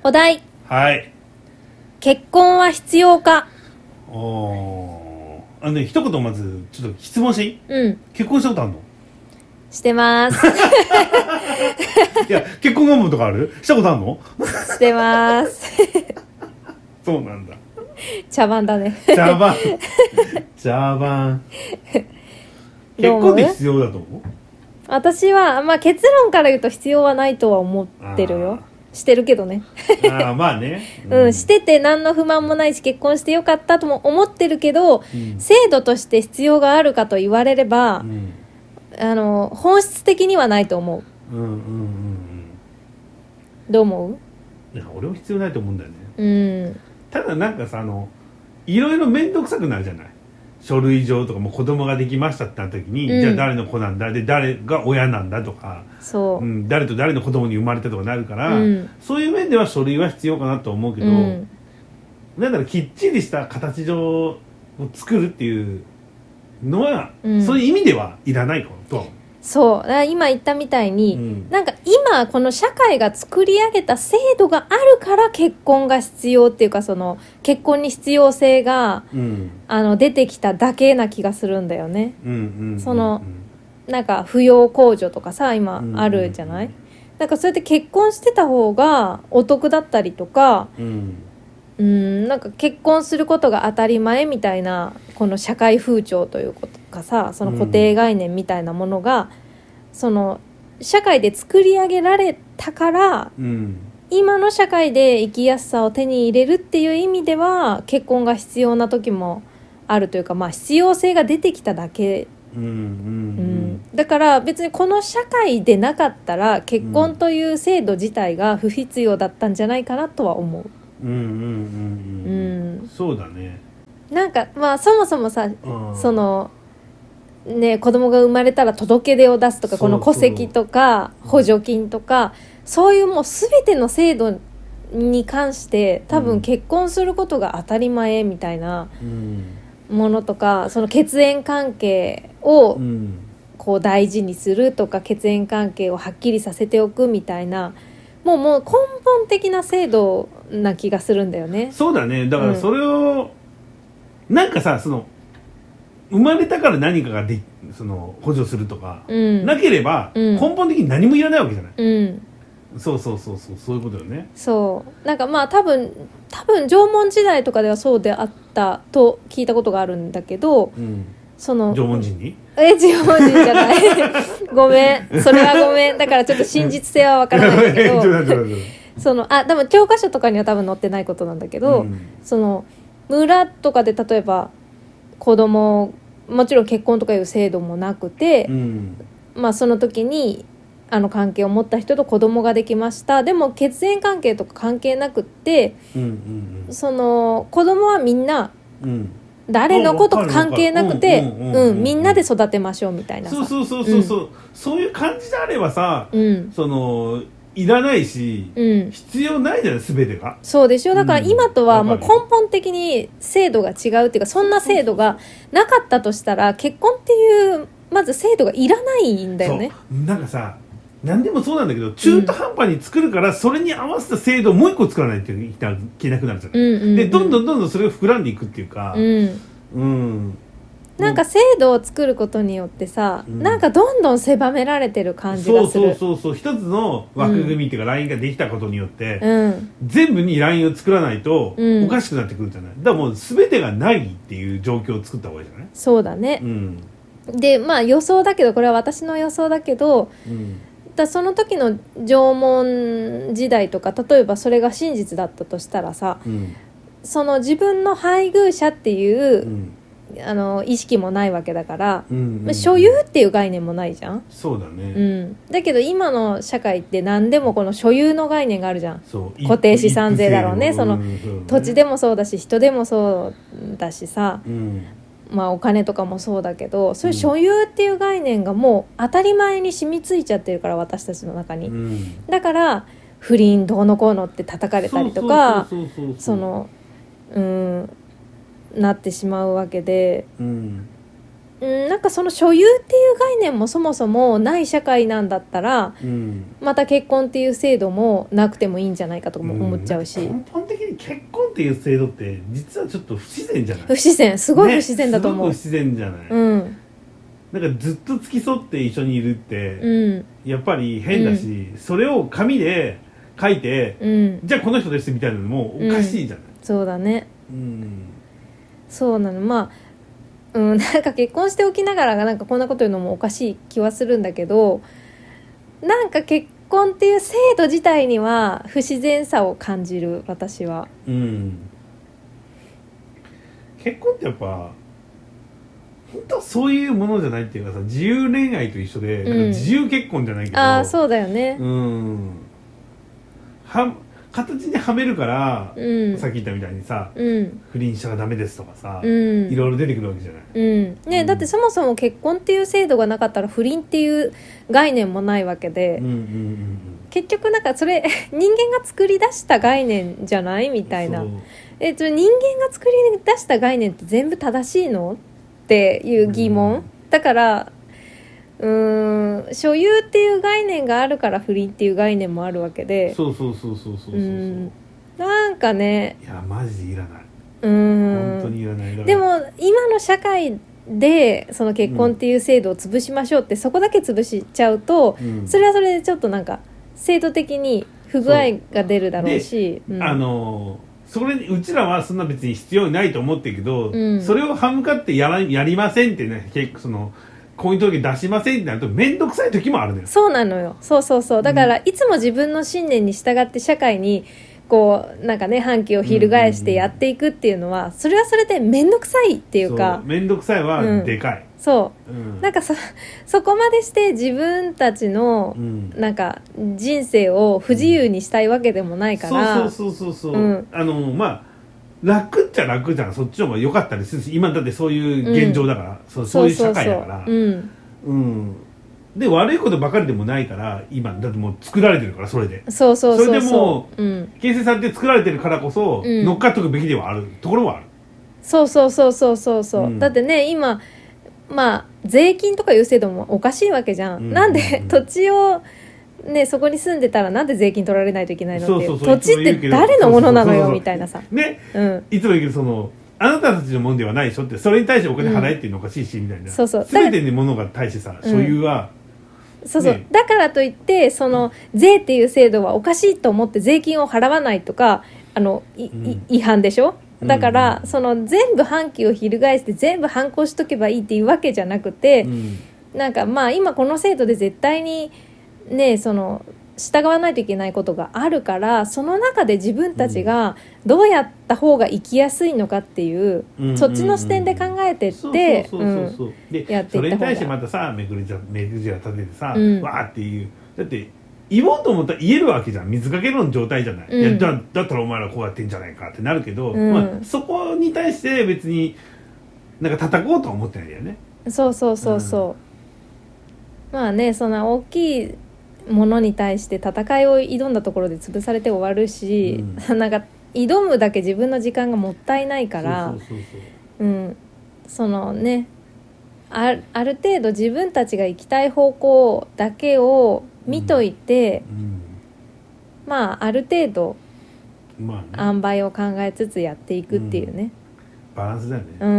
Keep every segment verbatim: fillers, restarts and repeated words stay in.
お題。 はい。 結婚は必要か。 おあのね、一言まずちょっと質問していい？ うん。 結婚したことあるの？ してますいや、結婚願望とかある？したことあるの？ してますそうなんだ。 茶番だね。 茶番茶番結婚って必要だと思う？ 私は、まあ、結論から言うと必要はないとは思ってるよ。してるけどねああ、まあね、 うん、うん、してて何の不満もないし結婚してよかったとも思ってるけど、うん、制度として必要があるかと言われれば、うん、あの本質的にはないと思う。うんうんうんうん。どう思う？ いや、俺も必要ないと思うんだよね。 うん。 ただなんかさ、あのいろいろ面倒くさくなるじゃない。書類上とかも子供ができましたってなった時に、うん、じゃあ誰の子なんだで誰が親なんだとか、 そう、 うん、誰と誰の子供に生まれたとかなるから、うん、そういう面では書類は必要かなと思うけど、うん、なんだろう、きっちりした形上を作るっていうのは、うん、そういう意味ではいらないかとは思う。 そうだから今言ったみたいに、うん、なんか今この社会が作り上げた制度があるから結婚が必要っていうか、その結婚に必要性が、うん、あの出てきただけな気がするんだよね、うんうんうんうん、そのなんか扶養控除とかさ今あるじゃない、うんうんうん、なんかそうやって結婚してた方がお得だったりとか、うん、うんなんか結婚することが当たり前みたいなこの社会風潮ということかさ、その固定概念みたいなものが、うん、その社会で作り上げられたから、うん、今の社会で生きやすさを手に入れるっていう意味では結婚が必要な時もあるというか、まあ必要性が出てきただけ、うんうんうん、だから別にこの社会でなかったら結婚という制度自体が不必要だったんじゃないかなとは思う。うんうんうんうん、うん、 そうだね。 なんかまあそもそもさ、そのね、子供が生まれたら届け出を出すとか、この戸籍とか補助金とか、そういうもう全ての制度に関して多分結婚することが当たり前みたいなものとか、その血縁関係をこう大事にするとか、血縁関係をはっきりさせておくみたいな、もうもう根本的な制度な気がするんだよね。 そうだね。だからそれを、うん、なんかさ、その生まれたから何かがでその補助するとか、うん、なければ、うん、根本的に何もいらないわけじゃない、うん、そうそうそうそう、そういうことよね。 そうなんかまあ多分多分縄文時代とかではそうであったと聞いたことがあるんだけど、うん、その縄文人にえ縄文人じゃないごめん、それはごめん、だからちょっと真実性はわからないんだけどそのあでも教科書とかには多分載ってないことなんだけど、うん、その村とかで例えば子供、もちろん結婚とかいう制度もなくて、うん、まあその時にあの関係を持った人と子供ができました。でも血縁関係とか関係なくって、うんうんうん、その子供はみんな、うん、誰のことか関係なくて、みんなで育てましょうみたいなさ。 そうそうそうそうそう、うん、そういう感じであればさ、うん、そのいらないし、うん、必要ないじゃない、全てが。 そうでしょ。だから今とはもう根本的に制度が違うっていうか、そんな制度がなかったとしたら結婚っていうまず制度がいらないんだよね。 そうなんかさ、何でもそうなんだけど、中途半端に作るから、それに合わせた制度をもう一個作らないといけなくなるじゃない、うんうんうん、でどんどんどんどんそれが膨らんでいくっていうか、うん、うんなんか制度を作ることによってさ、うん、なんかどんどん狭められてる感じがする。 そうそうそうそう、一つの枠組みっていうか、うん、ラインができたことによって、うん、全部にラインを作らないとおかしくなってくるじゃない、うん、だからもう全てがないっていう状況を作った方がいいじゃない。 そうだね、うん、でまあ予想だけど、これは私の予想だけど、うん、だその時の縄文時代とか、例えばそれが真実だったとしたらさ、うん、その自分の配偶者っていう、うんあの意識もないわけだから、うんうんうん、所有っていう概念もないじゃん。 そうだね、 うん、だけど今の社会って何でもこの所有の概念があるじゃん。そう固定資産税だろうね、その、うん、そうね、土地でもそうだし人でもそうだしさ、うん、まあお金とかもそうだけど、そういう所有っていう概念がもう当たり前に染みついちゃってるから、私たちの中に、うん、だから不倫どうのこうのって叩かれたりとか、そのうんなってしまうわけで、うん、 うん、なんかその所有っていう概念もそもそもない社会なんだったら、うん、また結婚っていう制度もなくてもいいんじゃないかとも思っちゃうし、 うん、根本的に結婚っていう制度って実はちょっと不自然じゃない？ 不自然、すごい不自然だと思う、 ね、すごく不自然じゃない、うん、なんかずっと付き添って一緒にいるって、うん、やっぱり変だし、うん、それを紙で書いて、うん、じゃあこの人ですみたいなのもおかしいじゃない、 うん、そうだね、うん、そうなの。まあうん、なんか結婚しておきながらなんかこんなこと言うのもおかしい気はするんだけど、なんか結婚っていう制度自体には不自然さを感じる、私は。うん。 結婚ってやっぱ本当はそういうものじゃないっていうかさ、自由恋愛と一緒で、なんか自由結婚じゃないけど、 ああそうだよね。 うん。は形にはめるから、うん、さっき言ったみたいにさ、うん、不倫したらダメですとかさ、うん、いろいろ出てくるわけじゃない、 うんね、うん、だってそもそも結婚っていう制度がなかったら不倫っていう概念もないわけで、うんうんうんうん、結局なんかそれ人間が作り出した概念じゃないみたいな。えっと、人間が作り出した概念って全部正しいのっていう疑問、うん、だからうーん所有っていう概念があるから不倫っていう概念もあるわけで、 そうそうそうそうそうそう、うん、 なんかね、 いやマジでいらない、うーん本当にいらない。 でも今の社会でその結婚っていう制度を潰しましょうって、うん、そこだけ潰しちゃうと、うん、それはそれでちょっとなんか制度的に不具合が出るだろうし、 うん、あのそれうちらはそんな別に必要ないと思ってるけど、うん、それを歯向かってやらやりませんってね、結構その婚姻届出しませんってなると面倒くさい時もあるのよ。 そうなのよ。そうそうそう。だから、うん、いつも自分の信念に従って社会にこうなんかね反旗を翻してやっていくっていうのは、それはそれで面倒くさいっていうか、 面倒くさいはでかい、 うん、そう、うん、なんか そ, そこまでして自分たちのなんか人生を不自由にしたいわけでもないから、 うん、そうそうそうそうそう、うん、あのまあ楽っちゃ楽じゃん、そっちの方が良かったりするし、今だってそういう現状だから、うん、そう、そういう社会だから、そうそうそう、うんうん、で悪いことばかりでもないから、今だってもう作られてるから、それでそうそうそうそう、 それでもう、うん、形成されて作られてるからこそ、うん、乗っかっとくべきではあるところはある。 そうそうそうそうそうそう、うん、だってね今まあ税金とかいう制度もおかしいわけじゃん、うん、なんで土地をね、そこに住んでたらなんで税金取られないといけないのっていう、土地って誰のものなのよみたいなさね、うん、いつも言うけどそのあなたたちのものではないでしょって、それに対してお金払えっていうのおかしいし、みたいな、そうそう、全てのものが対してさ、所有は、 うん、そうそう、ね、だからといってその税っていう制度はおかしいと思って税金を払わないとか、あの、うん、違反でしょ。だから、うん、その全部反旗を翻して全部反抗しとけばいいっていうわけじゃなくて、うん、なんかまあ今この制度で絶対にね、その従わないといけないことがあるから、その中で自分たちがどうやった方が生きやすいのかっていう、うん、そっちの視点で考えてってやっていった方が、 それに対してまたさ目くじら立ててさ、うん、わーっていう、だって言おうと思ったら言えるわけじゃん、水かけ論の状態じゃない、うん、いや だ, だったらお前らこうやってんじゃないかってなるけど、うん、まあ、そこに対して別になんか叩こうとは思ってないんだよね。 そうそうそうそう、うん、まあね、そんな大きいものに対して戦いを挑んだところで潰されて終わるし、うん、なんか挑むだけ自分の時間がもったいないから、そのね、あ, ある程度自分たちが行きたい方向だけを見といて、うんうん、まあある程度、まあね、塩梅を考えつつやっていくっていうね、 うん、バランスだよね、うん、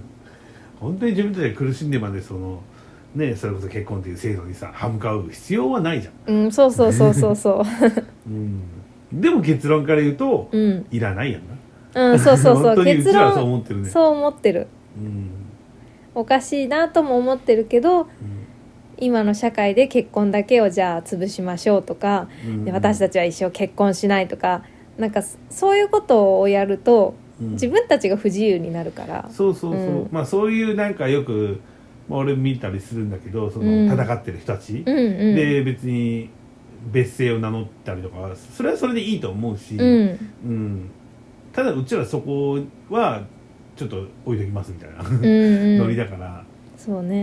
本当に自分たちが苦しんでまでそのね、それこそ結婚っていう制度にさ歯向かう必要はないじゃん、 うん、そうそうそうそうそう、 うん、でも結論から言うと、うん、いらないやんな、うん、そうそうそう、 本当にうちらはそう思ってるね、 そう思ってる、うん、おかしいなとも思ってるけど、うん、今の社会で結婚だけをじゃあ潰しましょうとか、うん、で私たちは一生結婚しないとか、なんかそういうことをやると、うん、自分たちが不自由になるから、 そうそうそう、うん、まあそういうなんかよくまあ、俺見たりするんだけど、その戦ってる人たち、うんうんうん、で別に別姓を名乗ったりとか、それはそれでいいと思うし、うんうん、ただうちらそこはちょっと置いときますみたいな、うんうん、ノリだから、 そうね、うん、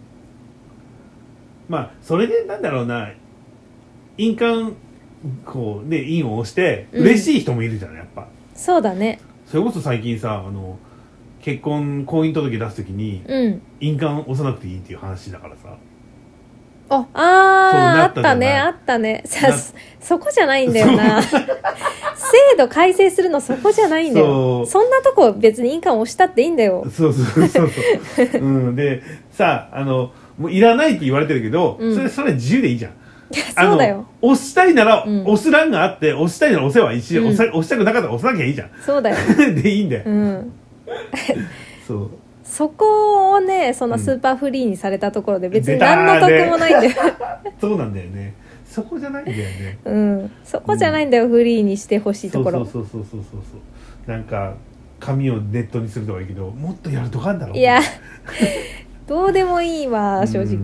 まあそれでなんだろうな、印鑑こうね印を押して嬉しい人もいるじゃない、やっぱ。 そうだね。 それこそ最近さ、あの結婚婚姻届出すときに、うん、印鑑押さなくていいっていう話だからさ。 あああったねあったねさそこじゃないんだよな制度改正するのそこじゃないんだよ。 そ, そんなとこ別に印鑑押したっていいんだよ。 そうそうそうそう、うん、でさあのもういらないって言われてるけど、うん、それそれ自由でいいじゃん。 そうだよ。 押したいなら、うん、押す欄があって押したいなら押せばいいし、うん、押, さ押したくなかったら押さなきゃいいじゃん。 そうだよでいいんだよ、うん、 そうそこをねそのスーパーフリーにされたところで別に何の得もないんだよ、 ね、そうなんだよね。そこじゃないんだよね。 うんそこじゃないんだよ、うん、フリーにしてほしいところ。 そうそうそうそうそうそうなんか紙をネットにするとかいいけどもっとやるとかあんだろう。 いやどうでもいいわ正直、うん、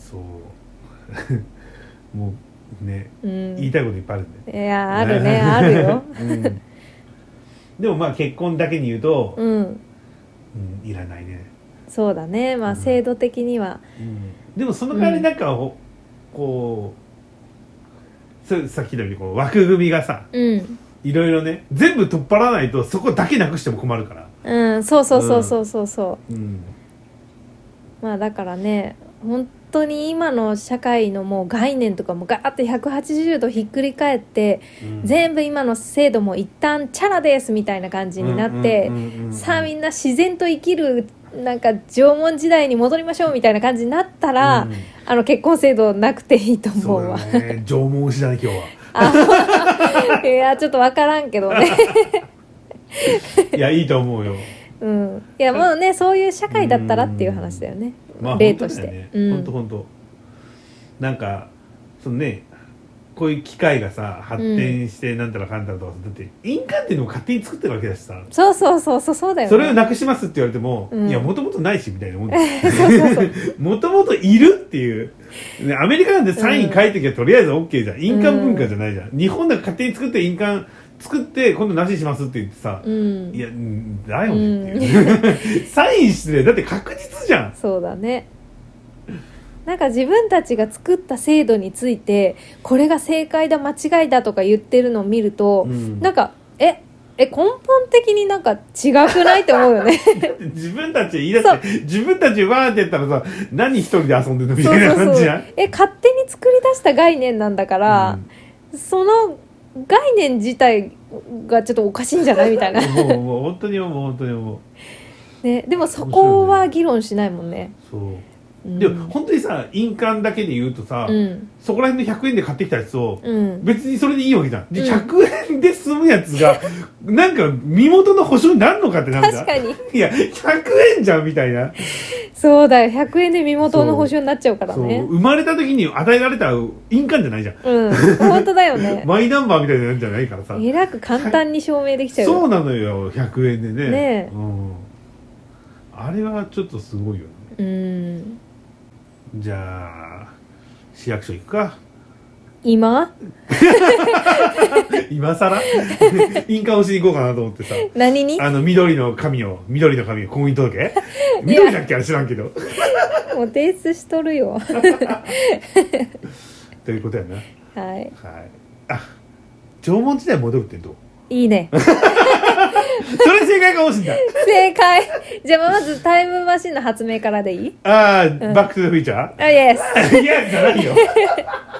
そうもうね、うん、言いたいこといっぱいあるんで。 いやあるねあるよ、うん、 でもまあ結婚だけに言うと、 うんうん、 いらないね。 そうだねまあ制度的には、 うんうん、でもその代わりなんか、うん、こうさっき言ったようにこう枠組みがさ、うん、いろいろね全部取っ払わないとそこだけなくしても困るから。 うんそうそうそうそうそうそう、うん、まあだからね本当に今の社会のもう概念とかもガーッてひゃくはちじゅうどひっくり返って、うん、全部今の制度も一旦チャラですみたいな感じになって、さあみんな自然と生きるなんか縄文時代に戻りましょうみたいな感じになったら、うん、あの結婚制度なくていいと思うわ。 そうだね縄文推しだね今日は。いやちょっと分からんけどね。 いやいいと思うよ。 うん、いやもうねそういう社会だったらっていう話だよね、まあ、例として。 本当本当なんかそのねこういう機械がさ発展してなんたらかんたらとか、うん、だって印鑑っていうのも勝手に作ってるわけだしさ。 そうそうそうそうそうだよね。 それをなくしますって言われても、うん、いやもともとないしみたいなもんだもともといるっていう、ね、アメリカなんてサイン書いてきゃとりあえず OK じゃん。印鑑文化じゃないじゃん、うん、日本なんか勝手に作って印鑑作って今度なしにしますって言ってさ、うん、いやだよねっていう、うん、サインしてだって確実じゃん。 そうだね。なんか自分たちが作った制度についてこれが正解だ間違いだとか言ってるのを見ると、うん、なんかええ根本的になんか違くないって思うよね。 自分たち言い出して自分たちわーって言ったらさ何一人で遊んでるのみたいな感じじゃん。 え勝手に作り出した概念なんだから、うん、その概念自体がちょっとおかしいんじゃないみたいな。 もうもう本当に思う本当に思う、ね、でもそこは議論しないもんね。 そうでも本当にさ印鑑だけで言うとさ、うん、そこら辺のひゃくえんで買ってきたやつを、うん、別にそれでいいわけじゃん。でひゃくえんで済むやつが、うん、なんか身元の保証になるのかってなんか確かにいやひゃくえんじゃんみたいな。 そうだよひゃくえんで身元の保証になっちゃうからね。 生まれた時に与えられた印鑑じゃないじゃん。 うん本当だよね。 マイナンバーみたいなんじゃないからさえらく簡単に証明できちゃうよ。 そうなのよひゃくえんでね。 ねえ、 うん、あれはちょっとすごいよね。 うんじゃあ市役所行くか今今更印鑑をしに行こうかなと思ってさ。 何にあの緑の紙を緑の紙を婚姻届緑だっけあれ知らんけどもう提出しとるよということやな。 はい、はい、 あ縄文時代戻るってどう？ いいねそれ正解かもしれない。 正解。じゃあまずタイムマシンの発明からでいい？ ああ、うん、バックトゥザフューチャー？ あ、イエス。 いやじゃないよ